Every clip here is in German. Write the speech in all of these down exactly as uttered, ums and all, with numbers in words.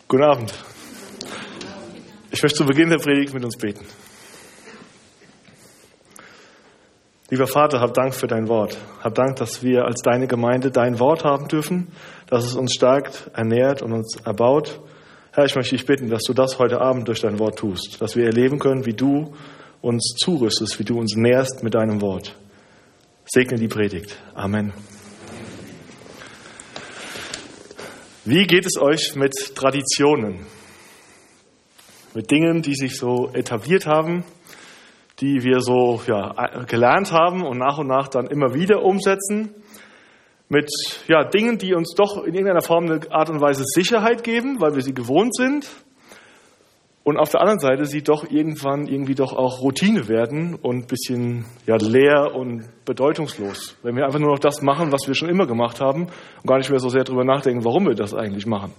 Guten Abend. Ich möchte zu Beginn der Predigt mit uns beten. Lieber Vater, hab Dank für dein Wort. Hab Dank, dass wir als deine Gemeinde dein Wort haben dürfen, dass es uns stärkt, ernährt und uns erbaut. Herr, ich möchte dich bitten, dass du das heute Abend durch dein Wort tust, dass wir erleben können, wie du uns zurüstest, wie du uns nährst mit deinem Wort. Segne die Predigt. Amen. Wie geht es euch mit Traditionen? Mit Dingen, die sich so etabliert haben, die wir so ja, gelernt haben und nach und nach dann immer wieder umsetzen? Mit ja, Dingen, die uns doch in irgendeiner Form eine Art und Weise Sicherheit geben, weil wir sie gewohnt sind. Und auf der anderen Seite sie doch irgendwann irgendwie doch auch Routine werden und ein bisschen ja, leer und bedeutungslos. Wenn wir einfach nur noch das machen, was wir schon immer gemacht haben und gar nicht mehr so sehr darüber nachdenken, warum wir das eigentlich machen.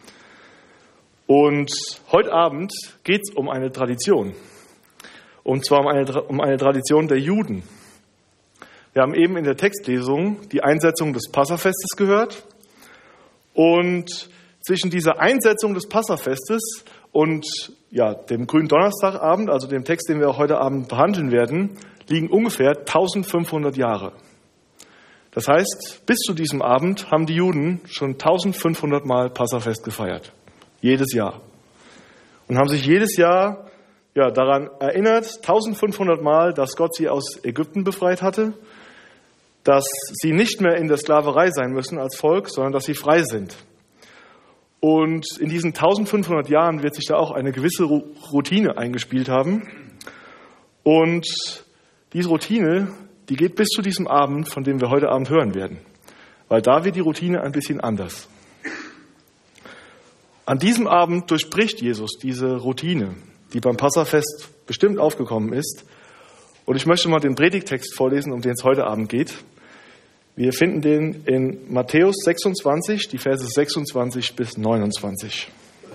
Und heute Abend geht es um eine Tradition. Und zwar um eine, um eine Tradition der Juden. Wir haben eben in der Textlesung die Einsetzung des Passafestes gehört. Und zwischen dieser Einsetzung des Passafestes und ja, dem grünen Donnerstagabend, also dem Text, den wir auch heute Abend behandeln werden, liegen ungefähr eintausendfünfhundert Jahre. Das heißt, bis zu diesem Abend haben die Juden schon eintausendfünfhundert Mal Passafest gefeiert. Jedes Jahr. Und haben sich jedes Jahr ja, daran erinnert, eintausendfünfhundert Mal, dass Gott sie aus Ägypten befreit hatte, dass sie nicht mehr in der Sklaverei sein müssen als Volk, sondern dass sie frei sind. Und in diesen eintausendfünfhundert Jahren wird sich da auch eine gewisse Routine eingespielt haben. Und diese Routine, die geht bis zu diesem Abend, von dem wir heute Abend hören werden. Weil da wird die Routine ein bisschen anders. An diesem Abend durchbricht Jesus diese Routine, die beim Passafest bestimmt aufgekommen ist. Und ich möchte mal den Predigttext vorlesen, um den es heute Abend geht. Wir finden den in Matthäus sechsundzwanzig, die Verse sechsundzwanzig bis neunundzwanzig.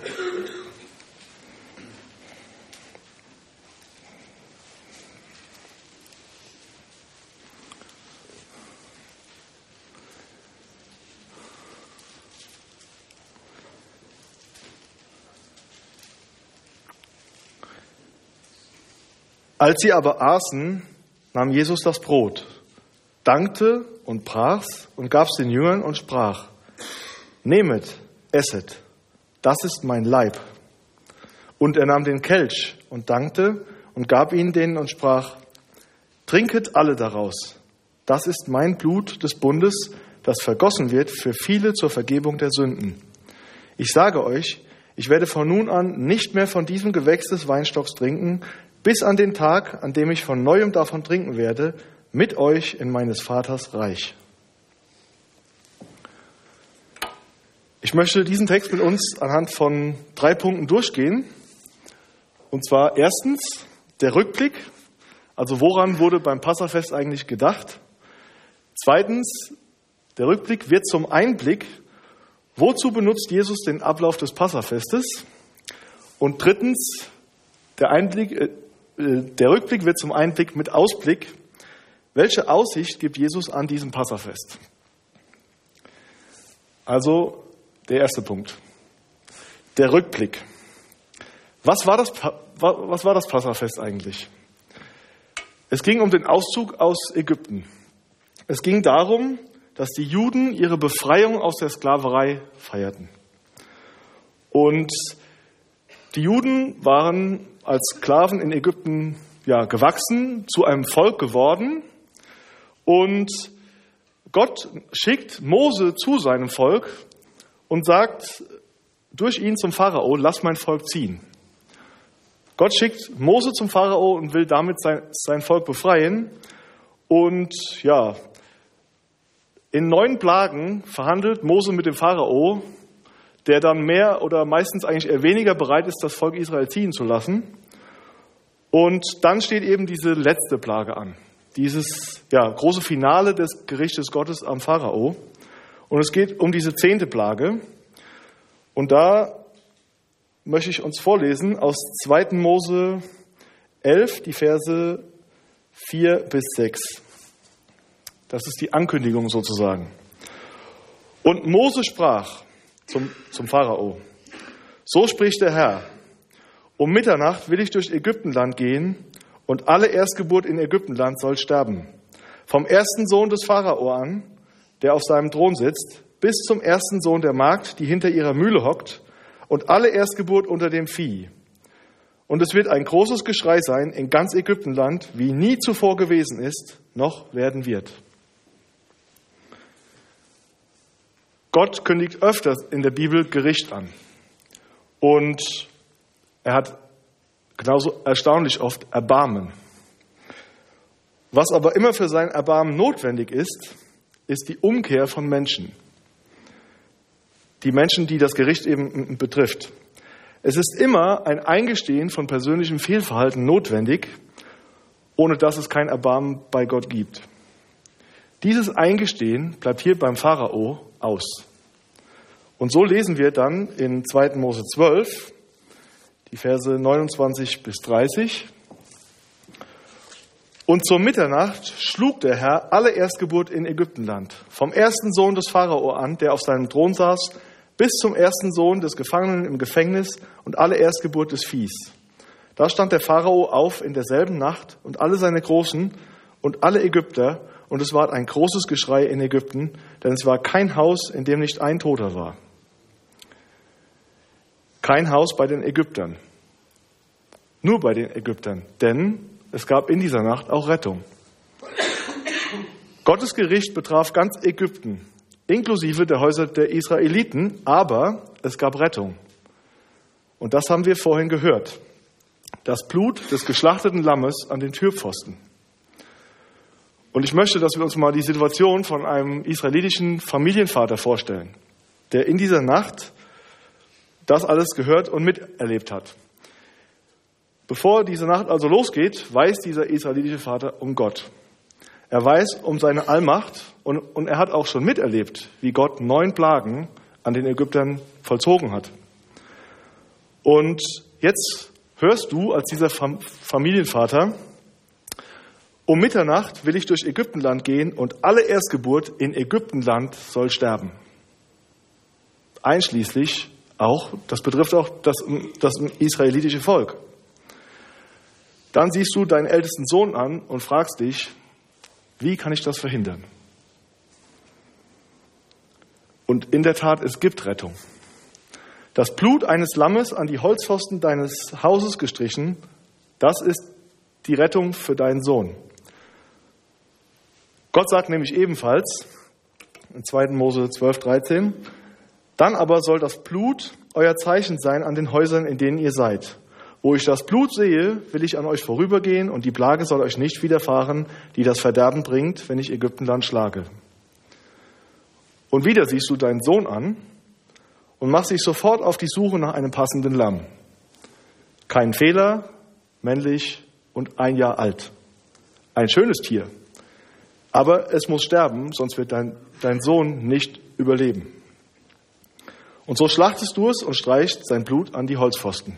Als sie aber aßen, nahm Jesus das Brot, dankte und brach's und gab's den Jüngern und sprach: Nehmet, esset, das ist mein Leib. Und er nahm den Kelch und dankte und gab ihn denen und sprach: Trinket alle daraus, das ist mein Blut des Bundes, das vergossen wird für viele zur Vergebung der Sünden. Ich sage euch, ich werde von nun an nicht mehr von diesem Gewächs des Weinstocks trinken, bis an den Tag, an dem ich von Neuem davon trinken werde, mit euch in meines Vaters Reich. Ich möchte diesen Text mit uns anhand von drei Punkten durchgehen. Und zwar erstens der Rückblick, also woran wurde beim Passafest eigentlich gedacht? Zweitens, der Rückblick wird zum Einblick, wozu benutzt Jesus den Ablauf des Passafestes? Und drittens, der Einblick, äh, der Rückblick wird zum Einblick mit Ausblick. Welche Aussicht gibt Jesus an diesem Passafest? Also der erste Punkt. Der Rückblick. Was war das, was war das Passafest eigentlich? Es ging um den Auszug aus Ägypten. Es ging darum, dass die Juden ihre Befreiung aus der Sklaverei feierten. Und die Juden waren als Sklaven in Ägypten ja, gewachsen, zu einem Volk geworden. Und Gott schickt Mose zu seinem Volk und sagt durch ihn zum Pharao: Lass mein Volk ziehen. Gott schickt Mose zum Pharao und will damit sein, sein Volk befreien. Und ja, in neun Plagen verhandelt Mose mit dem Pharao, der dann mehr oder meistens eigentlich eher weniger bereit ist, das Volk Israel ziehen zu lassen. Und dann steht eben diese letzte Plage an. Dieses ja, große Finale des Gerichtes Gottes am Pharao. Und es geht um diese zehnte Plage. Und da möchte ich uns vorlesen aus zweiten Mose elf, die Verse vier bis sechs. Das ist die Ankündigung sozusagen. Und Mose sprach zum, zum Pharao: So spricht der Herr: Um Mitternacht will ich durch Ägyptenland gehen, und alle Erstgeburt in Ägyptenland soll sterben. Vom ersten Sohn des Pharao an, der auf seinem Thron sitzt, bis zum ersten Sohn der Magd, die hinter ihrer Mühle hockt, und alle Erstgeburt unter dem Vieh. Und es wird ein großes Geschrei sein in ganz Ägyptenland, wie nie zuvor gewesen ist, noch werden wird. Gott kündigt öfters in der Bibel Gericht an. Und er hat genauso erstaunlich oft Erbarmen. Was aber immer für sein Erbarmen notwendig ist, ist die Umkehr von Menschen. Die Menschen, die das Gericht eben betrifft. Es ist immer ein Eingestehen von persönlichem Fehlverhalten notwendig, ohne dass es kein Erbarmen bei Gott gibt. Dieses Eingestehen bleibt hier beim Pharao aus. Und so lesen wir dann in zweiten Mose zwölf, die Verse neunundzwanzig bis dreißig. Und zur Mitternacht schlug der Herr alle Erstgeburt in Ägyptenland, vom ersten Sohn des Pharao an, der auf seinem Thron saß, bis zum ersten Sohn des Gefangenen im Gefängnis und alle Erstgeburt des Viehs. Da stand der Pharao auf in derselben Nacht und alle seine Großen und alle Ägypter, und es war ein großes Geschrei in Ägypten, denn es war kein Haus, in dem nicht ein Toter war. Kein Haus bei den Ägyptern. Nur bei den Ägyptern, denn es gab in dieser Nacht auch Rettung. Gottes Gericht betraf ganz Ägypten, inklusive der Häuser der Israeliten, aber es gab Rettung. Und das haben wir vorhin gehört. Das Blut des geschlachteten Lammes an den Türpfosten. Und ich möchte, dass wir uns mal die Situation von einem israelitischen Familienvater vorstellen, der in dieser Nacht das alles gehört und miterlebt hat. Bevor diese Nacht also losgeht, weiß dieser israelitische Vater um Gott. Er weiß um seine Allmacht und, und er hat auch schon miterlebt, wie Gott neun Plagen an den Ägyptern vollzogen hat. Und jetzt hörst du als dieser Familienvater: Um Mitternacht will ich durch Ägyptenland gehen und alle Erstgeburt in Ägyptenland soll sterben. Einschließlich auch, das betrifft auch das, das israelitische Volk. Dann siehst du deinen ältesten Sohn an und fragst dich: Wie kann ich das verhindern? Und in der Tat, es gibt Rettung. Das Blut eines Lammes an die Holzpfosten deines Hauses gestrichen, das ist die Rettung für deinen Sohn. Gott sagt nämlich ebenfalls in zweiten Mose zwölf, dreizehn: Dann aber soll das Blut euer Zeichen sein an den Häusern, in denen ihr seid. Wo ich das Blut sehe, will ich an euch vorübergehen, und die Plage soll euch nicht widerfahren, die das Verderben bringt, wenn ich Ägyptenland schlage. Und wieder siehst du deinen Sohn an und machst dich sofort auf die Suche nach einem passenden Lamm. Kein Fehler, männlich und ein Jahr alt. Ein schönes Tier. Aber es muss sterben, sonst wird dein, dein Sohn nicht überleben. Und so schlachtest du es und streichst sein Blut an die Holzpfosten.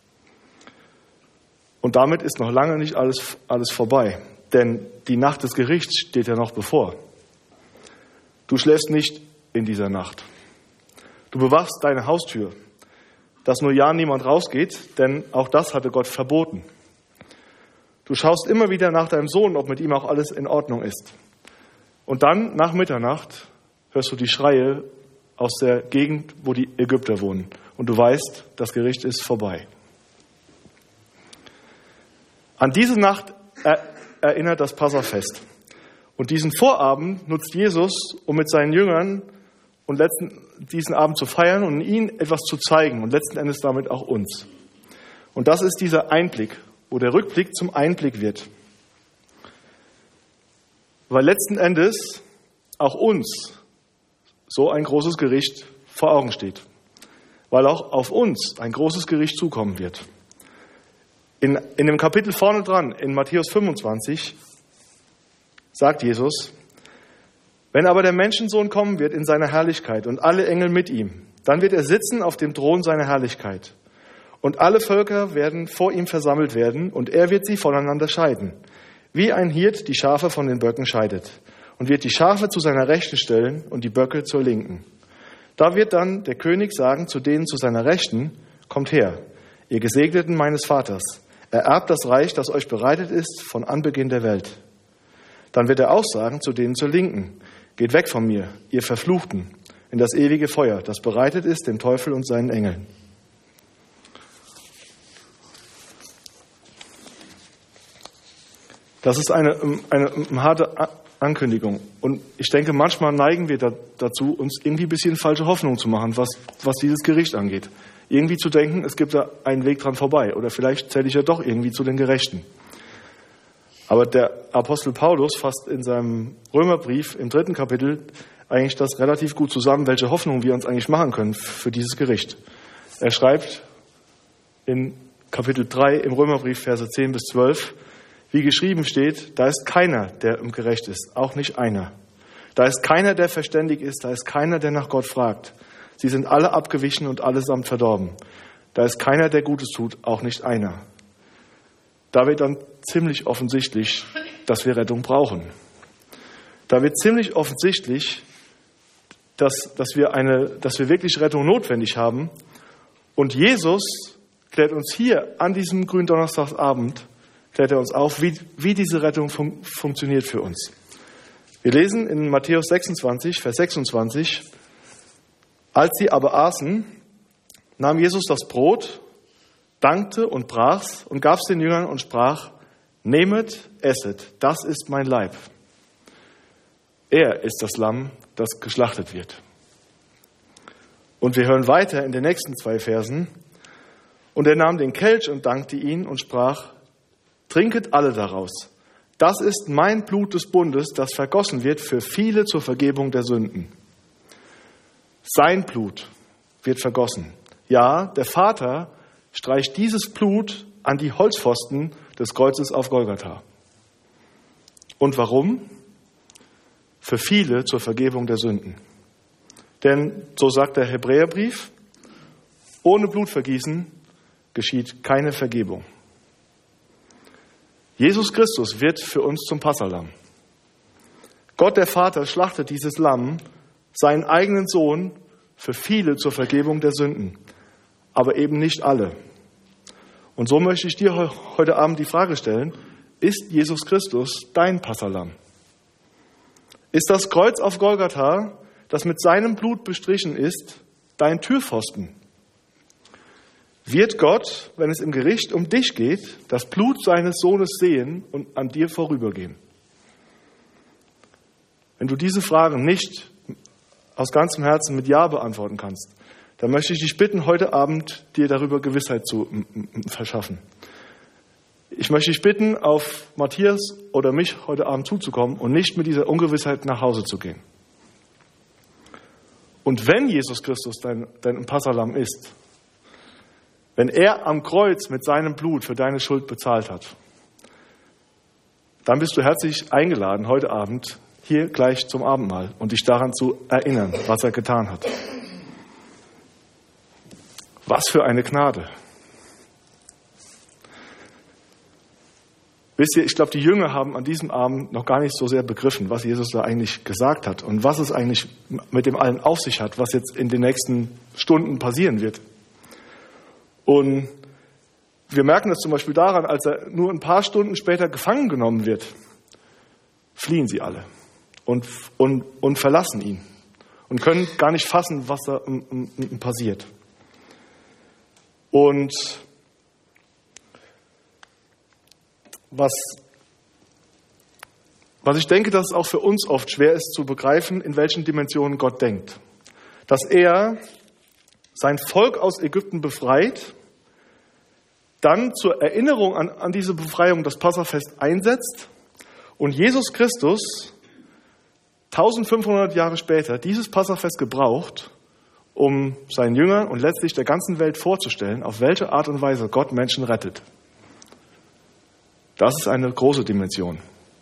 Und damit ist noch lange nicht alles, alles vorbei. Denn die Nacht des Gerichts steht ja noch bevor. Du schläfst nicht in dieser Nacht. Du bewachst deine Haustür, dass nur ja niemand rausgeht, denn auch das hatte Gott verboten. Du schaust immer wieder nach deinem Sohn, ob mit ihm auch alles in Ordnung ist. Und dann, nach Mitternacht, hörst du die Schreie aus der Gegend, wo die Ägypter wohnen. Und du weißt, das Gericht ist vorbei. An diese Nacht erinnert das Passafest. Und diesen Vorabend nutzt Jesus, um mit seinen Jüngern und letzten, diesen Abend zu feiern und ihnen etwas zu zeigen und letzten Endes damit auch uns. Und das ist dieser Einblick, wo der Rückblick zum Einblick wird. Weil letzten Endes auch uns so ein großes Gericht vor Augen steht. Weil auch auf uns ein großes Gericht zukommen wird. In, in dem Kapitel vorne dran, in Matthäus fünfundzwanzig, sagt Jesus: Wenn aber der Menschensohn kommen wird in seiner Herrlichkeit und alle Engel mit ihm, dann wird er sitzen auf dem Thron seiner Herrlichkeit. Und alle Völker werden vor ihm versammelt werden, und er wird sie voneinander scheiden, wie ein Hirt die Schafe von den Böcken scheidet, und wird die Schafe zu seiner Rechten stellen und die Böcke zur Linken. Da wird dann der König sagen zu denen zu seiner Rechten: kommt her, ihr Gesegneten meines Vaters, ererbt das Reich, das euch bereitet ist von Anbeginn der Welt. Dann wird er auch sagen zu denen zur Linken, geht weg von mir, ihr Verfluchten, in das ewige Feuer, das bereitet ist dem Teufel und seinen Engeln. Das ist eine, eine, eine harte Ankündigung. Und ich denke, manchmal neigen wir da, dazu, uns irgendwie ein bisschen falsche Hoffnung zu machen, was, was dieses Gericht angeht. Irgendwie zu denken, es gibt da einen Weg dran vorbei. Oder vielleicht zähle ich ja doch irgendwie zu den Gerechten. Aber der Apostel Paulus fasst in seinem Römerbrief im dritten Kapitel eigentlich das relativ gut zusammen, welche Hoffnung wir uns eigentlich machen können für dieses Gericht. Er schreibt in Kapitel drei im Römerbrief, Verse zehn bis zwölf, wie geschrieben steht, da ist keiner, der gerecht ist, auch nicht einer. Da ist keiner, der verständig ist, da ist keiner, der nach Gott fragt. Sie sind alle abgewichen und allesamt verdorben. Da ist keiner, der Gutes tut, auch nicht einer. Da wird dann ziemlich offensichtlich, dass wir Rettung brauchen. Da wird ziemlich offensichtlich, dass, dass, wir eine, dass wir wirklich Rettung notwendig haben. Und Jesus klärt uns hier an diesem Gründonnerstagsabend, klärt er uns auf, wie, wie diese Rettung fun- funktioniert für uns. Wir lesen in Matthäus sechsundzwanzig, Vers sechsundzwanzig, als sie aber aßen, nahm Jesus das Brot, dankte und brach's und gab's den Jüngern und sprach, nehmet, esset, das ist mein Leib. Er ist das Lamm, das geschlachtet wird. Und wir hören weiter in den nächsten zwei Versen. Und er nahm den Kelch und dankte ihn und sprach, trinket alle daraus. Das ist mein Blut des Bundes, das vergossen wird für viele zur Vergebung der Sünden. Sein Blut wird vergossen. Ja, der Vater streicht dieses Blut an die Holzpfosten des Kreuzes auf Golgatha. Und warum? Für viele zur Vergebung der Sünden. Denn, so sagt der Hebräerbrief, ohne Blutvergießen geschieht keine Vergebung. Jesus Christus wird für uns zum Passahlamm. Gott der Vater schlachtet dieses Lamm, seinen eigenen Sohn, für viele zur Vergebung der Sünden, aber eben nicht alle. Und so möchte ich dir heute Abend die Frage stellen, ist Jesus Christus dein Passahlamm? Ist das Kreuz auf Golgatha, das mit seinem Blut bestrichen ist, dein Türpfosten? Wird Gott, wenn es im Gericht um dich geht, das Blut seines Sohnes sehen und an dir vorübergehen? Wenn du diese Fragen nicht aus ganzem Herzen mit Ja beantworten kannst, dann möchte ich dich bitten, heute Abend dir darüber Gewissheit zu verschaffen. Ich möchte dich bitten, auf Matthias oder mich heute Abend zuzukommen und nicht mit dieser Ungewissheit nach Hause zu gehen. Und wenn Jesus Christus dein, dein Passahlamm ist, wenn er am Kreuz mit seinem Blut für deine Schuld bezahlt hat, dann bist du herzlich eingeladen, heute Abend hier gleich zum Abendmahl und dich daran zu erinnern, was er getan hat. Was für eine Gnade. Wisst ihr, ich glaube, die Jünger haben an diesem Abend noch gar nicht so sehr begriffen, was Jesus da eigentlich gesagt hat und was es eigentlich mit dem allen auf sich hat, was jetzt in den nächsten Stunden passieren wird. Und wir merken das zum Beispiel daran, als er nur ein paar Stunden später gefangen genommen wird, fliehen sie alle und, und, und verlassen ihn und können gar nicht fassen, was da um, um, passiert. Und was, was ich denke, dass es auch für uns oft schwer ist zu begreifen, in welchen Dimensionen Gott denkt. Dass er sein Volk aus Ägypten befreit, dann zur Erinnerung an, an diese Befreiung das Passafest einsetzt und Jesus Christus eintausendfünfhundert Jahre später dieses Passafest gebraucht, um seinen Jüngern und letztlich der ganzen Welt vorzustellen, auf welche Art und Weise Gott Menschen rettet. Das ist eine große Dimension.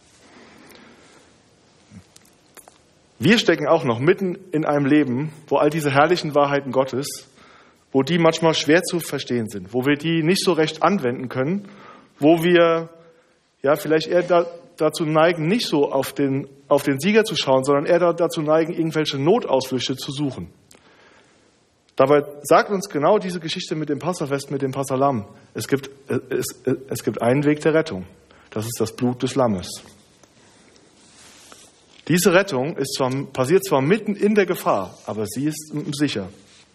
Wir stecken auch noch mitten in einem Leben, wo all diese herrlichen Wahrheiten Gottes, wo die manchmal schwer zu verstehen sind, wo wir die nicht so recht anwenden können, wo wir ja vielleicht eher da, dazu neigen, nicht so auf den, auf den Sieger zu schauen, sondern eher da, dazu neigen, irgendwelche Notausflüchte zu suchen. Dabei sagt uns genau diese Geschichte mit dem Passafest, mit dem Passahlamm. Es gibt, es, es gibt einen Weg der Rettung. Das ist das Blut des Lammes. Diese Rettung ist zwar, passiert zwar mitten in der Gefahr, aber sie ist sicher.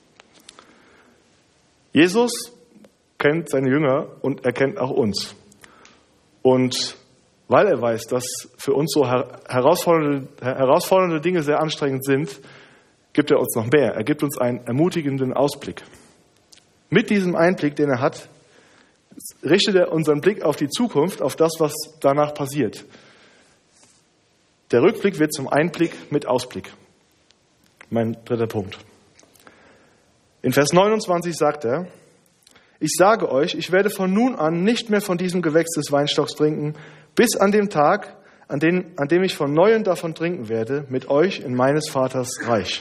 Jesus kennt seine Jünger und er kennt auch uns. Und weil er weiß, dass für uns so herausfordernde, herausfordernde Dinge sehr anstrengend sind, gibt er uns noch mehr. Er gibt uns einen ermutigenden Ausblick. Mit diesem Einblick, den er hat, richtet er unseren Blick auf die Zukunft, auf das, was danach passiert. Der Rückblick wird zum Einblick mit Ausblick. Mein dritter Punkt. In Vers neunundzwanzig sagt er, ich sage euch, ich werde von nun an nicht mehr von diesem Gewächs des Weinstocks trinken, bis an dem Tag, an dem, an dem ich von Neuem davon trinken werde, mit euch in meines Vaters Reich.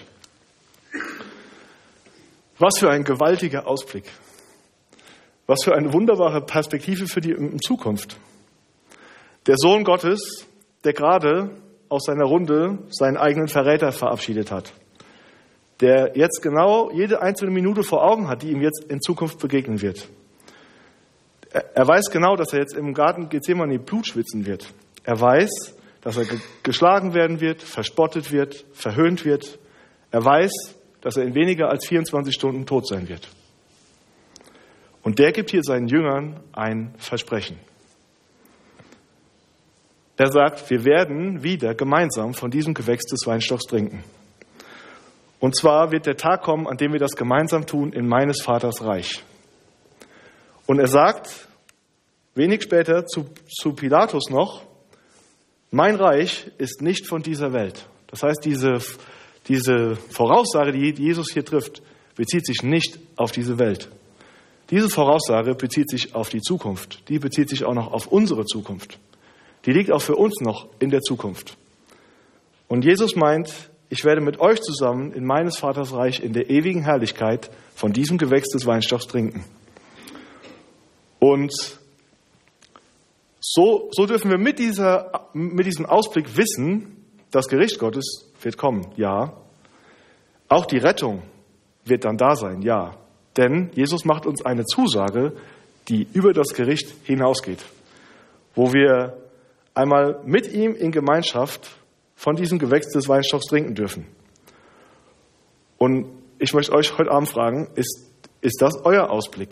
Was für ein gewaltiger Ausblick. Was für eine wunderbare Perspektive für die Zukunft. Der Sohn Gottes, der gerade aus seiner Runde seinen eigenen Verräter verabschiedet hat. Der jetzt genau jede einzelne Minute vor Augen hat, die ihm jetzt in Zukunft begegnen wird. Er weiß genau, dass er jetzt im Garten Gethsemane Blut schwitzen wird. Er weiß, dass er geschlagen werden wird, verspottet wird, verhöhnt wird. Er weiß, dass er in weniger als vierundzwanzig Stunden tot sein wird. Und der gibt hier seinen Jüngern ein Versprechen. Er sagt, wir werden wieder gemeinsam von diesem Gewächs des Weinstocks trinken. Und zwar wird der Tag kommen, an dem wir das gemeinsam tun in meines Vaters Reich. Und er sagt wenig später zu, zu Pilatus noch, mein Reich ist nicht von dieser Welt. Das heißt, diese, diese Voraussage, die Jesus hier trifft, bezieht sich nicht auf diese Welt. Diese Voraussage bezieht sich auf die Zukunft. Die bezieht sich auch noch auf unsere Zukunft. Die liegt auch für uns noch in der Zukunft. Und Jesus meint, ich werde mit euch zusammen in meines Vaters Reich in der ewigen Herrlichkeit von diesem Gewächs des Weinstocks trinken. Und so, so dürfen wir mit, dieser, mit diesem Ausblick wissen, das Gericht Gottes wird kommen, ja. Auch die Rettung wird dann da sein, ja. Denn Jesus macht uns eine Zusage, die über das Gericht hinausgeht, wo wir einmal mit ihm in Gemeinschaft von diesem Gewächs des Weinstocks trinken dürfen. Und ich möchte euch heute Abend fragen, ist, ist das euer Ausblick?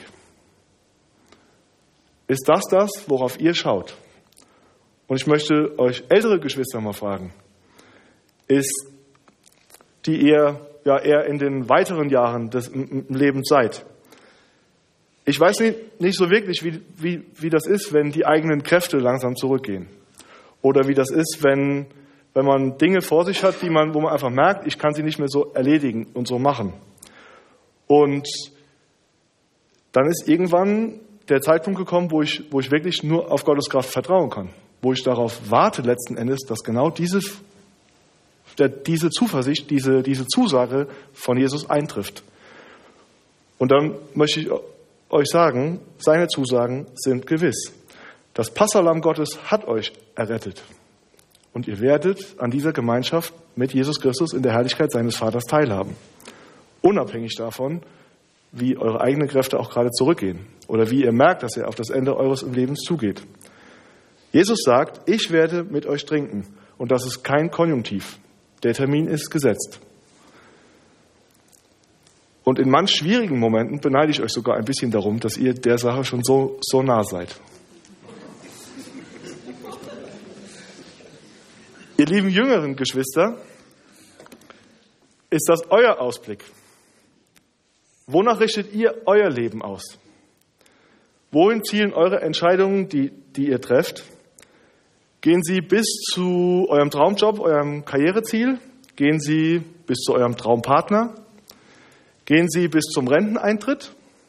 Ist das das, worauf ihr schaut? Und ich möchte euch ältere Geschwister mal fragen, ist, die ihr ja eher in den weiteren Jahren des Lebens seid. Ich weiß nicht, nicht so wirklich, wie, wie, wie das ist, wenn die eigenen Kräfte langsam zurückgehen. Oder wie das ist, wenn, wenn man Dinge vor sich hat, die man, wo man einfach merkt, ich kann sie nicht mehr so erledigen und so machen. Und dann ist irgendwann der Zeitpunkt gekommen, wo ich, wo ich wirklich nur auf Gottes Kraft vertrauen kann. Wo ich darauf warte letzten Endes, dass genau diese, der, diese Zuversicht, diese, diese Zusage von Jesus eintrifft. Und dann möchte ich euch sagen, seine Zusagen sind gewiss. Das Passahlamm Gottes hat euch errettet. Und ihr werdet an dieser Gemeinschaft mit Jesus Christus in der Herrlichkeit seines Vaters teilhaben. Unabhängig davon, wie eure eigenen Kräfte auch gerade zurückgehen. Oder wie ihr merkt, dass ihr auf das Ende eures Lebens zugeht. Jesus sagt, ich werde mit euch trinken. Und das ist kein Konjunktiv. Der Termin ist gesetzt. Und in manch schwierigen Momenten beneide ich euch sogar ein bisschen darum, dass ihr der Sache schon so, so nah seid. Ihr lieben jüngeren Geschwister, ist das euer Ausblick? Wonach richtet ihr euer Leben aus? Wohin zielen eure Entscheidungen, die, die ihr trefft? Gehen sie bis zu eurem Traumjob, eurem Karriereziel? Gehen sie bis zu eurem Traumpartner? Gehen sie bis zum Renteneintritt?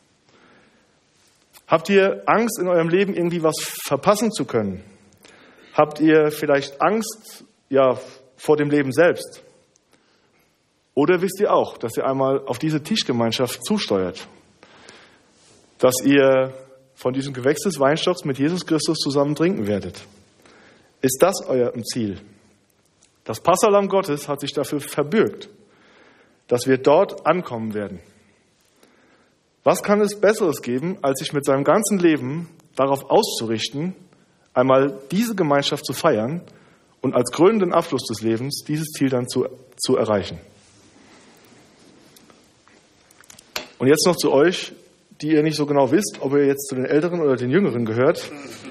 Habt ihr Angst, in eurem Leben irgendwie was verpassen zu können? Habt ihr vielleicht Angst, ja, vor dem Leben selbst? Oder wisst ihr auch, dass ihr einmal auf diese Tischgemeinschaft zusteuert? Dass ihr von diesem Gewächs des Weinstocks mit Jesus Christus zusammen trinken werdet? Ist das euer Ziel? Das Passahlamm Gottes hat sich dafür verbürgt, dass wir dort ankommen werden. Was kann es Besseres geben, als sich mit seinem ganzen Leben darauf auszurichten, einmal diese Gemeinschaft zu feiern und als krönenden Abschluss des Lebens dieses Ziel dann zu, zu erreichen? Und jetzt noch zu euch, die ihr nicht so genau wisst, ob ihr jetzt zu den Älteren oder den Jüngeren gehört.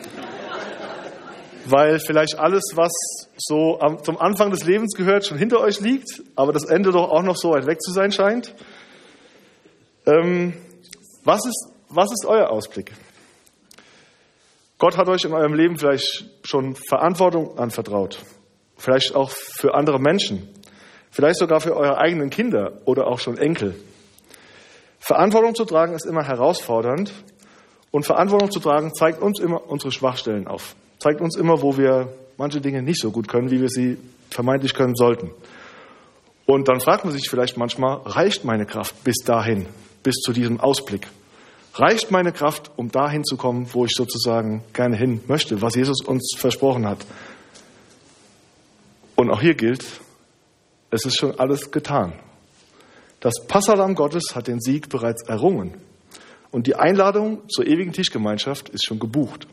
Weil vielleicht alles, was so am, zum Anfang des Lebens gehört, schon hinter euch liegt, aber das Ende doch auch noch so weit weg zu sein scheint. Ähm, was ist, was ist euer Ausblick? Gott hat euch in eurem Leben vielleicht schon Verantwortung anvertraut. Vielleicht auch für andere Menschen. Vielleicht sogar für eure eigenen Kinder oder auch schon Enkel. Verantwortung zu tragen ist immer herausfordernd. Und Verantwortung zu tragen zeigt uns immer unsere Schwachstellen auf. Zeigt uns immer, wo wir manche Dinge nicht so gut können, wie wir sie vermeintlich können sollten. Und dann fragt man sich vielleicht manchmal, reicht meine Kraft bis dahin, bis zu diesem Ausblick? Reicht meine Kraft, um dahin zu kommen, wo ich sozusagen gerne hin möchte, was Jesus uns versprochen hat? Und auch hier gilt, es ist schon alles getan. Das Passahlamm Gottes hat den Sieg bereits errungen. Und die Einladung zur ewigen Tischgemeinschaft ist schon gebucht.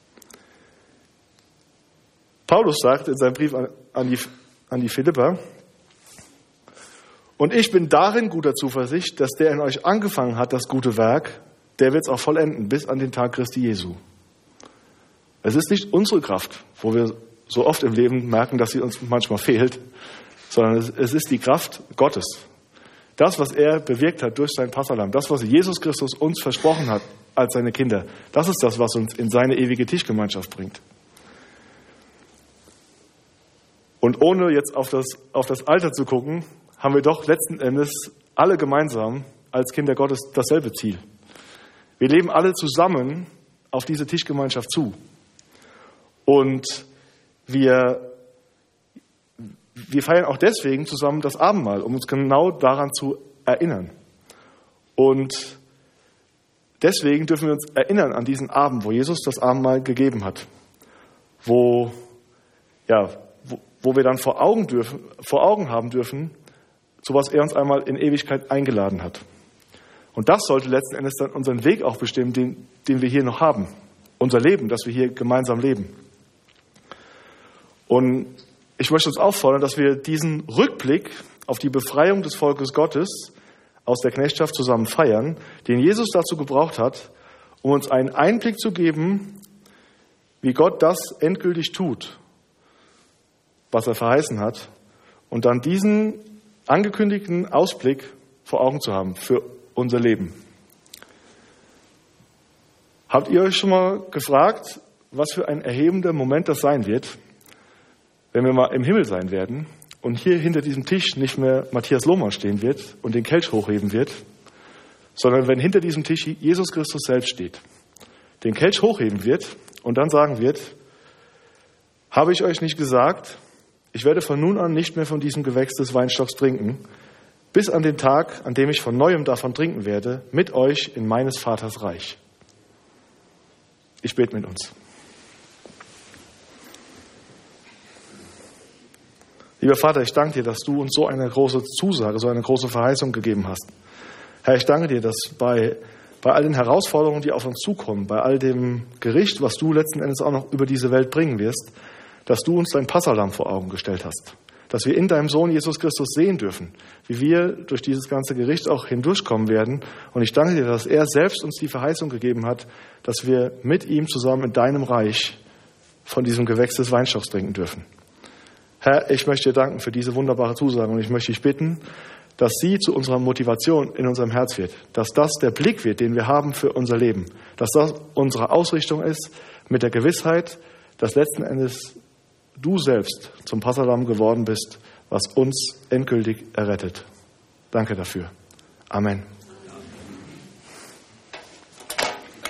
Paulus sagt in seinem Brief an die, an die Philipper, und ich bin darin guter Zuversicht, dass der in euch angefangen hat, das gute Werk, der wird es auch vollenden, bis an den Tag Christi Jesu. Es ist nicht unsere Kraft, wo wir so oft im Leben merken, dass sie uns manchmal fehlt, sondern es, es ist die Kraft Gottes. Das, was er bewirkt hat durch sein Passahlamm, das, was Jesus Christus uns versprochen hat als seine Kinder, das ist das, was uns in seine ewige Tischgemeinschaft bringt. Und ohne jetzt auf das, auf das Alter zu gucken, haben wir doch letzten Endes alle gemeinsam als Kinder Gottes dasselbe Ziel. Wir leben alle zusammen auf diese Tischgemeinschaft zu. Und wir, wir feiern auch deswegen zusammen das Abendmahl, um uns genau daran zu erinnern. Und deswegen dürfen wir uns erinnern an diesen Abend, wo Jesus das Abendmahl gegeben hat. Wo, ja, wo, wo wir dann vor Augen, dürfen, vor Augen haben dürfen, zu was er uns einmal in Ewigkeit eingeladen hat. Und das sollte letzten Endes dann unseren Weg auch bestimmen, den, den wir hier noch haben. Unser Leben, das wir hier gemeinsam leben. Und ich möchte uns auffordern, dass wir diesen Rückblick auf die Befreiung des Volkes Gottes aus der Knechtschaft zusammen feiern, den Jesus dazu gebraucht hat, um uns einen Einblick zu geben, wie Gott das endgültig tut, was er verheißen hat, und dann diesen angekündigten Ausblick vor Augen zu haben für unser Leben. Habt ihr euch schon mal gefragt, was für ein erhebender Moment das sein wird, wenn wir mal im Himmel sein werden und hier hinter diesem Tisch nicht mehr Matthias Lohmann stehen wird und den Kelch hochheben wird, sondern wenn hinter diesem Tisch Jesus Christus selbst steht, den Kelch hochheben wird und dann sagen wird, habe ich euch nicht gesagt, ich werde von nun an nicht mehr von diesem Gewächs des Weinstocks trinken, bis an den Tag, an dem ich von Neuem davon trinken werde, mit euch in meines Vaters Reich. Ich bete mit uns. Lieber Vater, ich danke dir, dass du uns so eine große Zusage, so eine große Verheißung gegeben hast. Herr, ich danke dir, dass bei, bei all den Herausforderungen, die auf uns zukommen, bei all dem Gericht, was du letzten Endes auch noch über diese Welt bringen wirst, dass du uns dein Passahlamm vor Augen gestellt hast. Dass wir in deinem Sohn Jesus Christus sehen dürfen, wie wir durch dieses ganze Gericht auch hindurchkommen werden. Und ich danke dir, dass er selbst uns die Verheißung gegeben hat, dass wir mit ihm zusammen in deinem Reich von diesem Gewächs des Weinstocks trinken dürfen. Herr, ich möchte dir danken für diese wunderbare Zusage und ich möchte dich bitten, dass sie zu unserer Motivation in unserem Herz wird, dass das der Blick wird, den wir haben für unser Leben, dass das unsere Ausrichtung ist, mit der Gewissheit, dass letzten Endes du selbst zum Passahlamm geworden bist, was uns endgültig errettet. Danke dafür. Amen.